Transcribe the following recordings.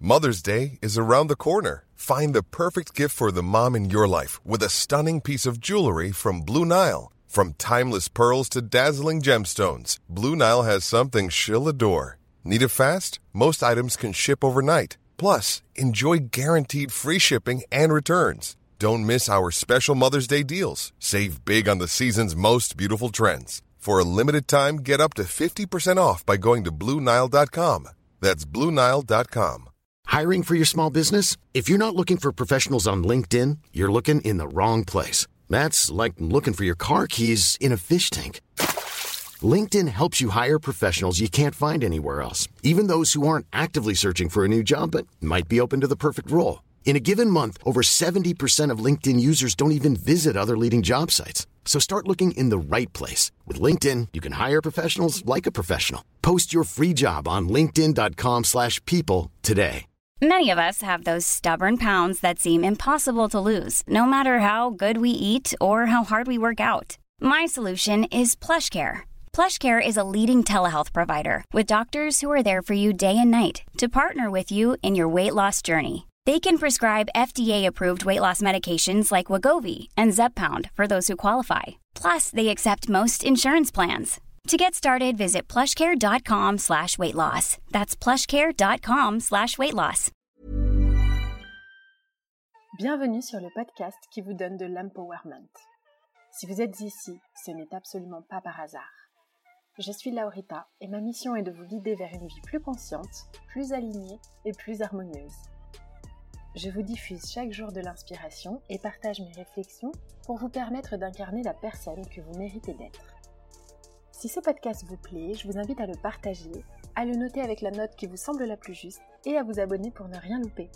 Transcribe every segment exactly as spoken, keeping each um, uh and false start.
Mother's Day is around the corner. Find the perfect gift for the mom in your life with a stunning piece of jewelry from Blue Nile. From timeless pearls to dazzling gemstones, Blue Nile has something she'll adore. Need it fast? Most items can ship overnight. Plus, enjoy guaranteed free shipping and returns. Don't miss our special Mother's Day deals. Save big on the season's most beautiful trends. For a limited time, get up to fifty percent off by going to Blue Nile dot com. That's Blue Nile dot com. Hiring for your small business? If you're not looking for professionals on LinkedIn, you're looking in the wrong place. That's like looking for your car keys in a fish tank. LinkedIn helps you hire professionals you can't find anywhere else, even those who aren't actively searching for a new job but might be open to the perfect role. In a given month, over seventy percent of LinkedIn users don't even visit other leading job sites. So start looking in the right place. With LinkedIn, you can hire professionals like a professional. Post your free job on linkedin dot com slash people today. Many of us have those stubborn pounds that seem impossible to lose, no matter how good we eat or how hard we work out. My solution is PlushCare. PlushCare is a leading telehealth provider with doctors who are there for you day and night to partner with you in your weight loss journey. They can prescribe F D A-approved weight loss medications like Wegovy and Zepbound for those who qualify. Plus, they accept most insurance plans. To get started, visit plushcare.com slash weight loss. That's plushcare.com slash weight loss. Bienvenue sur le podcast qui vous donne de l'empowerment. Si vous êtes ici, ce n'est absolument pas par hasard. Je suis Laurita et ma mission est de vous guider vers une vie plus consciente, plus alignée et plus harmonieuse. Je vous diffuse chaque jour de l'inspiration et partage mes réflexions pour vous permettre d'incarner la personne que vous méritez d'être. Si ce podcast vous plaît, je vous invite à le partager, à le noter avec la note qui vous semble la plus juste et à vous abonner pour ne rien louper.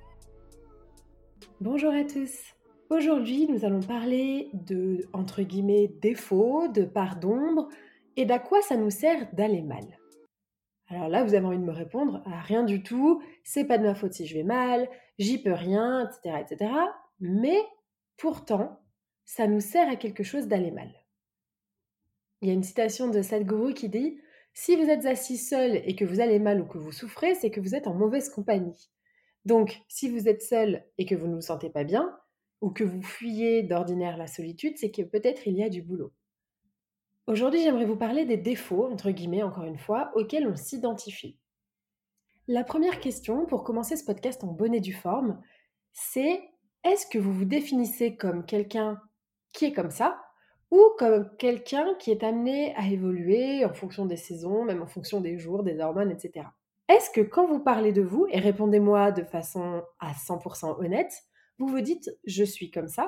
Bonjour à tous. Aujourd'hui, nous allons parler de, entre guillemets, défauts, de parts d'ombre et d'à quoi ça nous sert d'aller mal. Alors là, vous avez envie de me répondre à rien du tout, c'est pas de ma faute si je vais mal, j'y peux rien, et cetera, et cetera. Mais pourtant, ça nous sert à quelque chose d'aller mal. Il y a une citation de Sadhguru qui dit « Si vous êtes assis seul et que vous allez mal ou que vous souffrez, c'est que vous êtes en mauvaise compagnie. » Donc, si vous êtes seul et que vous ne vous sentez pas bien, ou que vous fuyez d'ordinaire la solitude, c'est que peut-être il y a du boulot. Aujourd'hui, j'aimerais vous parler des défauts, entre guillemets, encore une fois, auxquels on s'identifie. La première question, pour commencer ce podcast en bonne et due forme, c'est est-ce que vous vous définissez comme quelqu'un qui est comme ça, ou comme quelqu'un qui est amené à évoluer en fonction des saisons, même en fonction des jours, des hormones, et cetera. Est-ce que quand vous parlez de vous, et répondez-moi de façon à cent pour cent honnête, vous vous dites « je suis comme ça »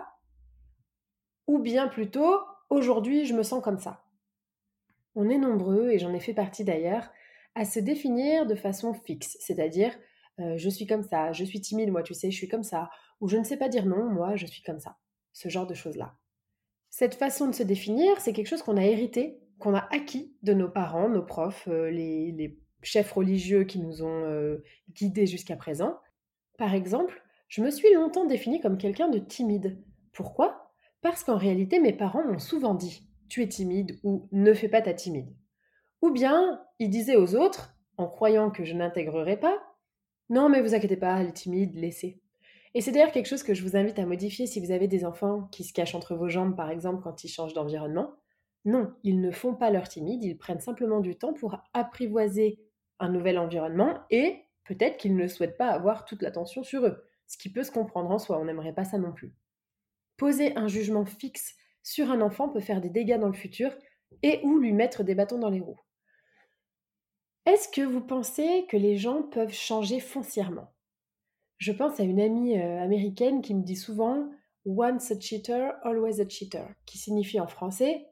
ou bien plutôt « aujourd'hui, je me sens comme ça ». On est nombreux, et j'en ai fait partie d'ailleurs, à se définir de façon fixe, c'est-à-dire euh, « je suis comme ça, je suis timide, moi tu sais, je suis comme ça » ou « je ne sais pas dire non, moi je suis comme ça », ce genre de choses-là. Cette façon de se définir, c'est quelque chose qu'on a hérité, qu'on a acquis de nos parents, nos profs, euh, les, les chefs religieux qui nous ont euh, guidés jusqu'à présent. Par exemple, je me suis longtemps définie comme quelqu'un de timide. Pourquoi ? Parce qu'en réalité, mes parents m'ont souvent dit « tu es timide » ou « ne fais pas ta timide ». Ou bien, ils disaient aux autres, en croyant que je n'intégrerais pas « non mais vous inquiétez pas, elle est timide, laissez ». Et c'est d'ailleurs quelque chose que je vous invite à modifier si vous avez des enfants qui se cachent entre vos jambes, par exemple, quand ils changent d'environnement. Non, ils ne font pas leur timide, ils prennent simplement du temps pour apprivoiser un nouvel environnement et peut-être qu'ils ne souhaitent pas avoir toute l'attention sur eux, ce qui peut se comprendre en soi, on n'aimerait pas ça non plus. Poser un jugement fixe sur un enfant peut faire des dégâts dans le futur et ou lui mettre des bâtons dans les roues. Est-ce que vous pensez que les gens peuvent changer foncièrement ? Je pense à une amie euh, américaine qui me dit souvent « once a cheater, always a cheater », qui signifie en français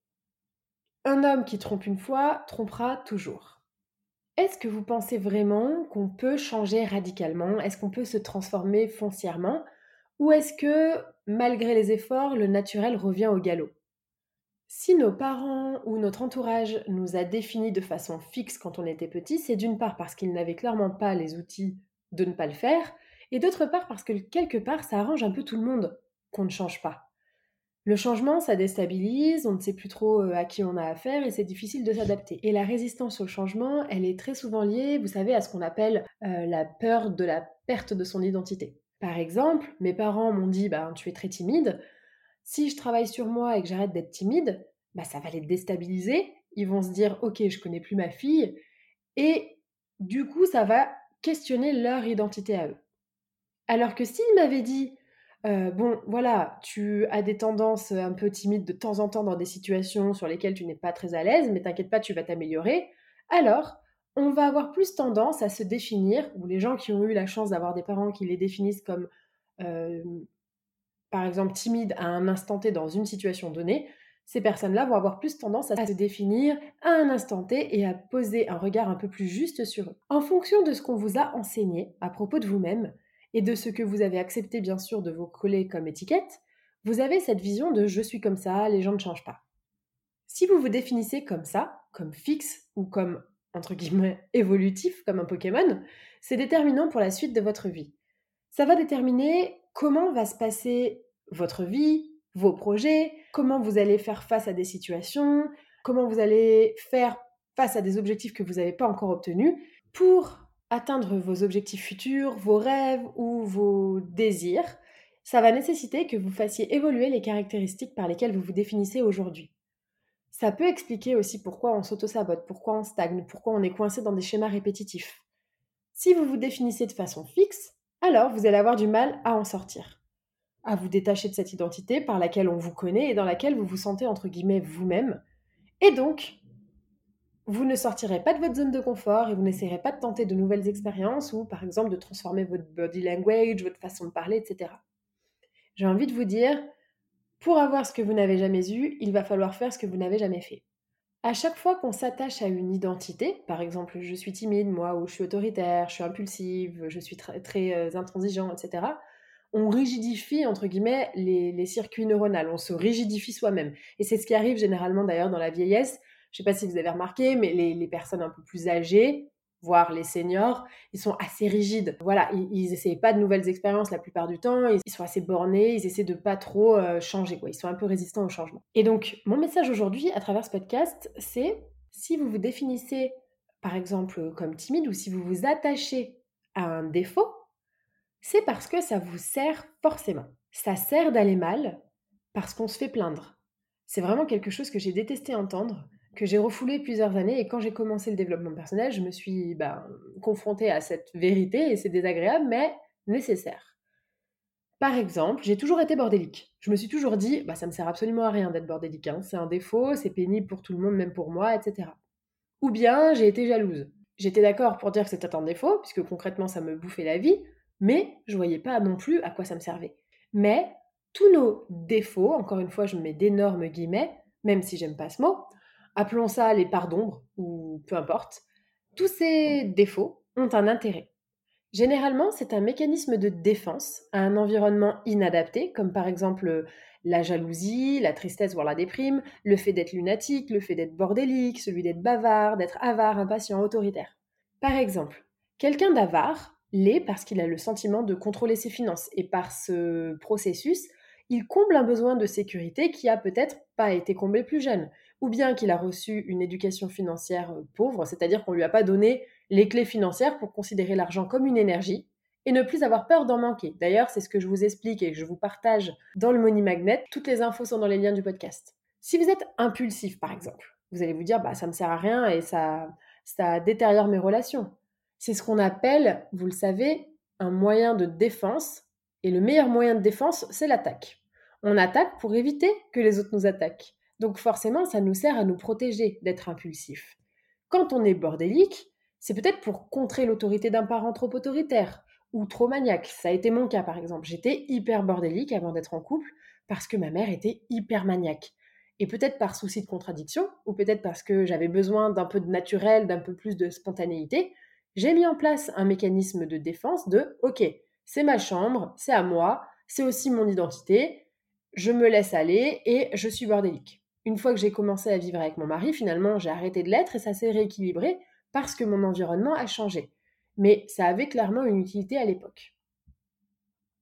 « un homme qui trompe une fois, trompera toujours ». Est-ce que vous pensez vraiment qu'on peut changer radicalement ? Est-ce qu'on peut se transformer foncièrement ? Ou est-ce que, malgré les efforts, le naturel revient au galop ? Si nos parents ou notre entourage nous a définis de façon fixe quand on était petit, c'est d'une part parce qu'ils n'avaient clairement pas les outils de ne pas le faire, et d'autre part parce que quelque part ça arrange un peu tout le monde qu'on ne change pas. Le changement, ça déstabilise, on ne sait plus trop euh, à qui on a affaire et c'est difficile de s'adapter. Et la résistance au changement, elle est très souvent liée, vous savez, à ce qu'on appelle euh, la peur de la perte de son identité. Par exemple, mes parents m'ont dit bah, « tu es très timide ». Si je travaille sur moi et que j'arrête d'être timide, bah, ça va les déstabiliser. Ils vont se dire « ok, je connais plus ma fille ». Et du coup, ça va questionner leur identité à eux. Alors que s'ils m'avaient dit euh, bon, voilà, tu as des tendances un peu timides de temps en temps dans des situations sur lesquelles tu n'es pas très à l'aise, mais t'inquiète pas, tu vas t'améliorer, alors on va avoir plus tendance à se définir, ou les gens qui ont eu la chance d'avoir des parents qui les définissent comme, euh, par exemple, timides à un instant T dans une situation donnée, ces personnes-là vont avoir plus tendance à se définir à un instant T et à poser un regard un peu plus juste sur eux. En fonction de ce qu'on vous a enseigné à propos de vous-même, et de ce que vous avez accepté bien sûr de vous coller comme étiquette, vous avez cette vision de « je suis comme ça, les gens ne changent pas ». Si vous vous définissez comme ça, comme fixe ou comme, entre guillemets, évolutif, comme un Pokémon, c'est déterminant pour la suite de votre vie. Ça va déterminer comment va se passer votre vie, vos projets, comment vous allez faire face à des situations, comment vous allez faire face à des objectifs que vous n'avez pas encore obtenus pour atteindre vos objectifs futurs, vos rêves ou vos désirs. Ça va nécessiter que vous fassiez évoluer les caractéristiques par lesquelles vous vous définissez aujourd'hui. Ça peut expliquer aussi pourquoi on s'auto-sabote, pourquoi on stagne, pourquoi on est coincé dans des schémas répétitifs. Si vous vous définissez de façon fixe, alors vous allez avoir du mal à en sortir, à vous détacher de cette identité par laquelle on vous connaît et dans laquelle vous vous sentez entre guillemets vous-même. Et donc, vous ne sortirez pas de votre zone de confort et vous n'essayerez pas de tenter de nouvelles expériences ou par exemple de transformer votre body language, votre façon de parler, et cetera. J'ai envie de vous dire, pour avoir ce que vous n'avez jamais eu, il va falloir faire ce que vous n'avez jamais fait. À chaque fois qu'on s'attache à une identité, par exemple je suis timide moi, ou je suis autoritaire, je suis impulsive, je suis très, très euh, intransigeant, et cetera, on rigidifie entre guillemets les, les circuits neuronaux, on se rigidifie soi-même. Et c'est ce qui arrive généralement d'ailleurs dans la vieillesse. Je ne sais pas si vous avez remarqué, mais les, les personnes un peu plus âgées, voire les seniors, ils sont assez rigides. Voilà, ils n'essayent pas de nouvelles expériences la plupart du temps, ils sont assez bornés, ils essaient de pas trop euh, changer, quoi. Ils sont un peu résistants au changement. Et donc, mon message aujourd'hui, à travers ce podcast, c'est si vous vous définissez, par exemple, comme timide, ou si vous vous attachez à un défaut, c'est parce que ça vous sert forcément. Ça sert d'aller mal parce qu'on se fait plaindre. C'est vraiment quelque chose que j'ai détesté entendre, que j'ai refoulé plusieurs années, et quand j'ai commencé le développement personnel, je me suis ben, confrontée à cette vérité, et c'est désagréable, mais nécessaire. Par exemple, j'ai toujours été bordélique. Je me suis toujours dit, bah, ça ne me sert absolument à rien d'être bordélique, hein. C'est un défaut, c'est pénible pour tout le monde, même pour moi, et cetera. Ou bien, j'ai été jalouse. J'étais d'accord pour dire que c'était un défaut, puisque concrètement, ça me bouffait la vie, mais je voyais pas non plus à quoi ça me servait. Mais tous nos défauts, encore une fois, je mets d'énormes guillemets, même si j'aime pas ce mot, appelons ça les parts d'ombre, ou peu importe, tous ces défauts ont un intérêt. Généralement, c'est un mécanisme de défense à un environnement inadapté, comme par exemple la jalousie, la tristesse, voire la déprime, le fait d'être lunatique, le fait d'être bordélique, celui d'être bavard, d'être avare, impatient, autoritaire. Par exemple, quelqu'un d'avare l'est parce qu'il a le sentiment de contrôler ses finances, et par ce processus, il comble un besoin de sécurité qui a peut-être pas été comblé plus jeune, ou bien qu'il a reçu une éducation financière pauvre, c'est-à-dire qu'on ne lui a pas donné les clés financières pour considérer l'argent comme une énergie et ne plus avoir peur d'en manquer. D'ailleurs, c'est ce que je vous explique et que je vous partage dans le Money Magnet. Toutes les infos sont dans les liens du podcast. Si vous êtes impulsif, par exemple, vous allez vous dire bah, « ça ne me sert à rien et ça, ça détériore mes relations ». C'est ce qu'on appelle, vous le savez, un moyen de défense. Et le meilleur moyen de défense, c'est l'attaque. On attaque pour éviter que les autres nous attaquent. Donc forcément, ça nous sert à nous protéger d'être impulsif. Quand on est bordélique, c'est peut-être pour contrer l'autorité d'un parent trop autoritaire ou trop maniaque. Ça a été mon cas, par exemple. J'étais hyper bordélique avant d'être en couple parce que ma mère était hyper maniaque. Et peut-être par souci de contradiction, ou peut-être parce que j'avais besoin d'un peu de naturel, d'un peu plus de spontanéité, j'ai mis en place un mécanisme de défense de « ok, c'est ma chambre, c'est à moi, c'est aussi mon identité, je me laisse aller et je suis bordélique ». Une fois que j'ai commencé à vivre avec mon mari, finalement, j'ai arrêté de l'être et ça s'est rééquilibré parce que mon environnement a changé. Mais ça avait clairement une utilité à l'époque.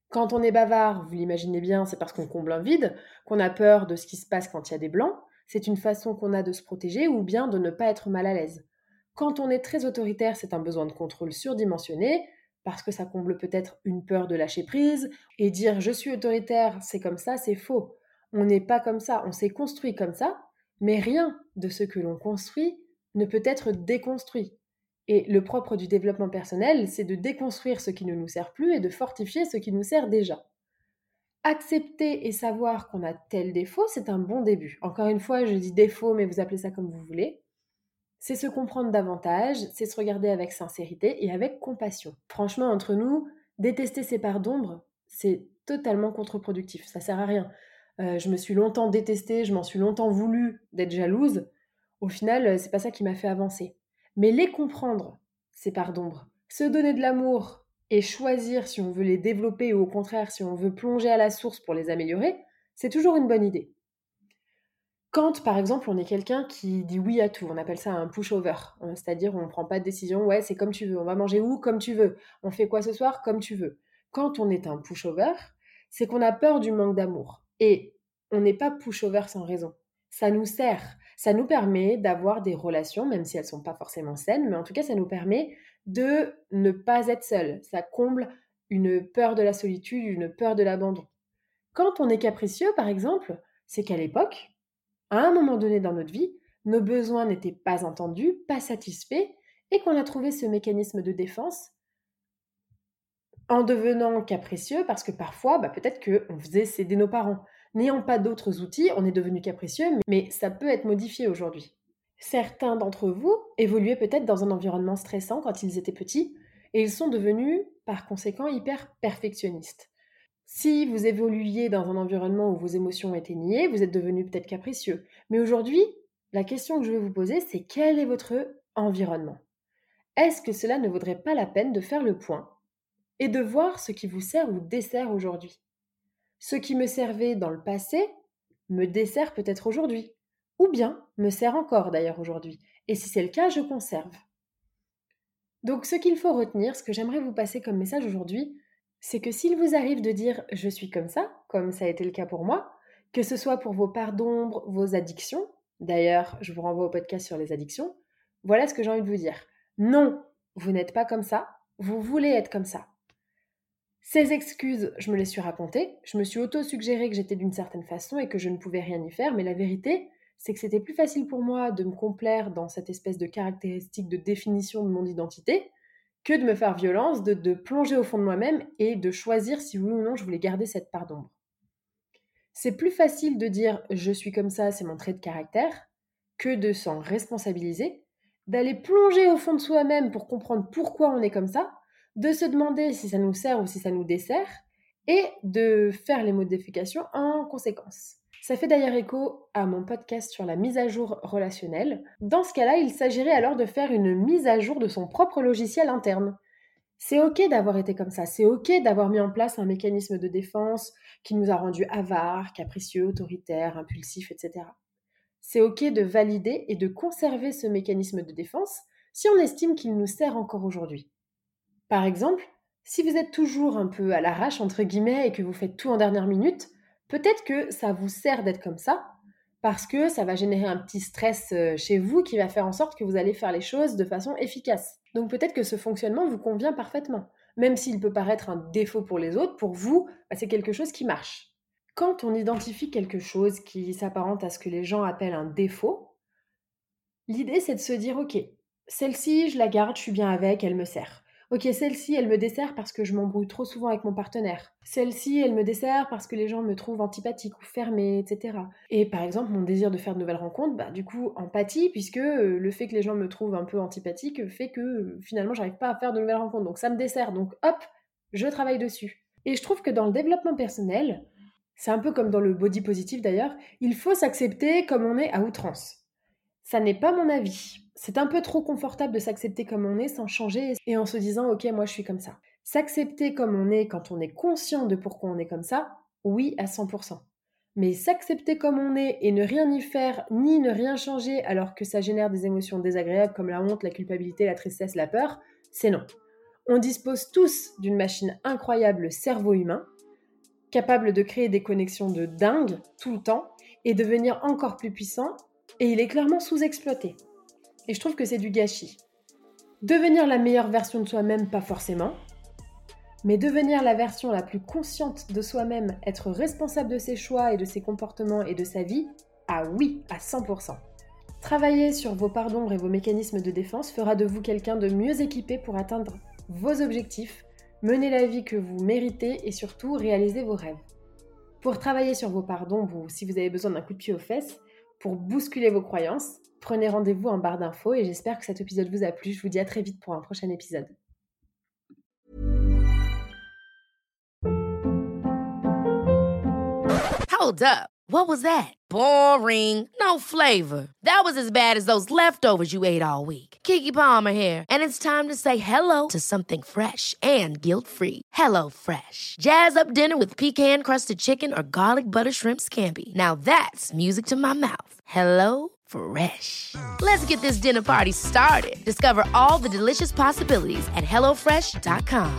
Quand on est bavard, vous l'imaginez bien, c'est parce qu'on comble un vide, qu'on a peur de ce qui se passe quand il y a des blancs, c'est une façon qu'on a de se protéger ou bien de ne pas être mal à l'aise. Quand on est très autoritaire, c'est un besoin de contrôle surdimensionné, parce que ça comble peut-être une peur de lâcher prise, et dire je suis autoritaire, c'est comme ça, c'est faux. On n'est pas comme ça, on s'est construit comme ça, mais rien de ce que l'on construit ne peut être déconstruit. Et le propre du développement personnel, c'est de déconstruire ce qui ne nous sert plus et de fortifier ce qui nous sert déjà. Accepter et savoir qu'on a tel défaut, c'est un bon début. Encore une fois, je dis défaut, mais vous appelez ça comme vous voulez. C'est se comprendre davantage, c'est se regarder avec sincérité et avec compassion. Franchement, entre nous, détester ses parts d'ombre, c'est totalement contre-productif, ça sert à rien. Euh, je me suis longtemps détestée, je m'en suis longtemps voulu d'être jalouse. Au final, c'est pas ça qui m'a fait avancer. Mais les comprendre, ces parts d'ombre, se donner de l'amour et choisir si on veut les développer ou au contraire si on veut plonger à la source pour les améliorer, c'est toujours une bonne idée. Quand, par exemple, on est quelqu'un qui dit oui à tout, on appelle ça un pushover, hein, c'est-à-dire on ne prend pas de décision, ouais, c'est comme tu veux, on va manger où, comme tu veux, on fait quoi ce soir, comme tu veux. Quand on est un pushover, c'est qu'on a peur du manque d'amour. Et on n'est pas pushover sans raison. Ça nous sert, ça nous permet d'avoir des relations, même si elles ne sont pas forcément saines, mais en tout cas, ça nous permet de ne pas être seul. Ça comble une peur de la solitude, une peur de l'abandon. Quand on est capricieux, par exemple, c'est qu'à l'époque, à un moment donné dans notre vie, nos besoins n'étaient pas entendus, pas satisfaits, et qu'on a trouvé ce mécanisme de défense en devenant capricieux, parce que parfois, bah, peut-être qu'on faisait céder nos parents. N'ayant pas d'autres outils, on est devenu capricieux, mais ça peut être modifié aujourd'hui. Certains d'entre vous évoluaient peut-être dans un environnement stressant quand ils étaient petits, et ils sont devenus, par conséquent, hyper perfectionnistes. Si vous évoluiez dans un environnement où vos émotions étaient niées, vous êtes devenu peut-être capricieux. Mais aujourd'hui, la question que je vais vous poser, c'est quel est votre environnement ? Est-ce que cela ne vaudrait pas la peine de faire le point et de voir ce qui vous sert ou dessert aujourd'hui ? Ce qui me servait dans le passé me dessert peut-être aujourd'hui, ou bien me sert encore d'ailleurs aujourd'hui. Et si c'est le cas, je conserve. Donc ce qu'il faut retenir, ce que j'aimerais vous passer comme message aujourd'hui, c'est que s'il vous arrive de dire « je suis comme ça », comme ça a été le cas pour moi, que ce soit pour vos parts d'ombre, vos addictions, d'ailleurs, je vous renvoie au podcast sur les addictions, voilà ce que j'ai envie de vous dire. Non, vous n'êtes pas comme ça, vous voulez être comme ça. Ces excuses, je me les suis racontées, je me suis auto-suggéré que j'étais d'une certaine façon et que je ne pouvais rien y faire, mais la vérité, c'est que c'était plus facile pour moi de me complaire dans cette espèce de caractéristique de définition de mon identité que de me faire violence, de, de plonger au fond de moi-même et de choisir si oui ou non je voulais garder cette part d'ombre. C'est plus facile de dire « je suis comme ça, c'est mon trait de caractère » que de s'en responsabiliser, d'aller plonger au fond de soi-même pour comprendre pourquoi on est comme ça, de se demander si ça nous sert ou si ça nous dessert et de faire les modifications en conséquence. Ça fait d'ailleurs écho à mon podcast sur la mise à jour relationnelle. Dans ce cas-là, il s'agirait alors de faire une mise à jour de son propre logiciel interne. C'est ok d'avoir été comme ça, c'est ok d'avoir mis en place un mécanisme de défense qui nous a rendus avares, capricieux, autoritaires, impulsifs, et cetera. C'est ok de valider et de conserver ce mécanisme de défense si on estime qu'il nous sert encore aujourd'hui. Par exemple, si vous êtes toujours un peu à l'arrache, entre guillemets, et que vous faites tout en dernière minute, peut-être que ça vous sert d'être comme ça, parce que ça va générer un petit stress chez vous qui va faire en sorte que vous allez faire les choses de façon efficace. Donc peut-être que ce fonctionnement vous convient parfaitement. Même s'il peut paraître un défaut pour les autres, pour vous, bah, c'est quelque chose qui marche. Quand on identifie quelque chose qui s'apparente à ce que les gens appellent un défaut, l'idée c'est de se dire « ok, celle-ci je la garde, je suis bien avec, elle me sert ». Ok, celle-ci, elle me dessert parce que je m'embrouille trop souvent avec mon partenaire. Celle-ci, elle me dessert parce que les gens me trouvent antipathique ou fermée, et cetera. Et par exemple, mon désir de faire de nouvelles rencontres, bah du coup, empathie, puisque euh, le fait que les gens me trouvent un peu antipathique fait que euh, finalement, j'arrive pas à faire de nouvelles rencontres. Donc ça me dessert. Donc hop, je travaille dessus. Et je trouve que dans le développement personnel, c'est un peu comme dans le body positive d'ailleurs, il faut s'accepter comme on est à outrance. Ça n'est pas mon avis. C'est un peu trop confortable de s'accepter comme on est sans changer et en se disant « ok, moi je suis comme ça ». S'accepter comme on est quand on est conscient de pourquoi on est comme ça, oui à cent pour cent. Mais s'accepter comme on est et ne rien y faire ni ne rien changer alors que ça génère des émotions désagréables comme la honte, la culpabilité, la tristesse, la peur, c'est non. On dispose tous d'une machine incroyable, le cerveau humain, capable de créer des connexions de dingue tout le temps et devenir encore plus puissant, et il est clairement sous-exploité. Et je trouve que c'est du gâchis. Devenir la meilleure version de soi-même, pas forcément, mais devenir la version la plus consciente de soi-même, être responsable de ses choix et de ses comportements et de sa vie, ah oui, à cent pour cent. Travailler sur vos parts d'ombre et vos mécanismes de défense fera de vous quelqu'un de mieux équipé pour atteindre vos objectifs, mener la vie que vous méritez et surtout réaliser vos rêves. Pour travailler sur vos parts d'ombre ou si vous avez besoin d'un coup de pied aux fesses, pour bousculer vos croyances, prenez rendez-vous en barre d'infos et j'espère que cet épisode vous a plu. Je vous dis à très vite pour un prochain épisode. Hold up. What was that? Boring. No flavor. That was as bad as those leftovers you ate all week. Keke Palmer here, and it's time to say hello to something fresh and guilt-free. Hello Fresh. Jazz up dinner with pecan-crusted chicken or garlic butter shrimp scampi. Now that's music to my mouth. Hello Fresh. Let's get this dinner party started. Discover all the delicious possibilities at hello fresh dot com.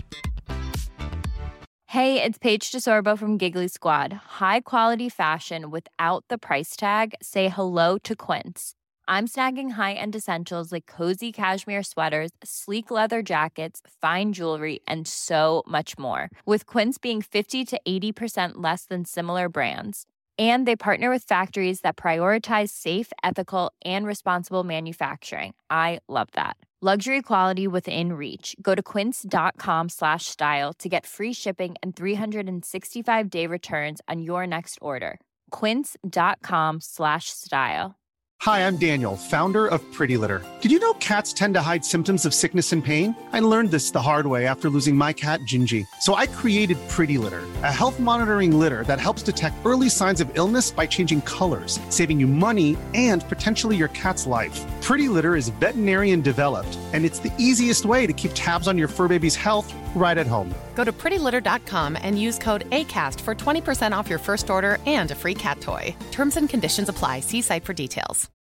Hey, it's Paige DeSorbo from Giggly Squad. High quality fashion without the price tag. Say hello to Quince. I'm snagging high-end essentials like cozy cashmere sweaters, sleek leather jackets, fine jewelry, and so much more. With Quince being fifty to eighty percent less than similar brands. And they partner with factories that prioritize safe, ethical, and responsible manufacturing. I love that. Luxury quality within reach. Go to quince.com slash style to get free shipping and three sixty-five day returns on your next order. Quince.com slash style. Hi, I'm Daniel, founder of Pretty Litter. Did you know cats tend to hide symptoms of sickness and pain? I learned this the hard way after losing my cat, Gingy. So I created Pretty Litter, a health monitoring litter that helps detect early signs of illness by changing colors, saving you money and potentially your cat's life. Pretty Litter is veterinarian developed, and it's the easiest way to keep tabs on your fur baby's health right at home. Go to pretty litter dot com and use code ACAST for twenty percent off your first order and a free cat toy. Terms and conditions apply. See site for details.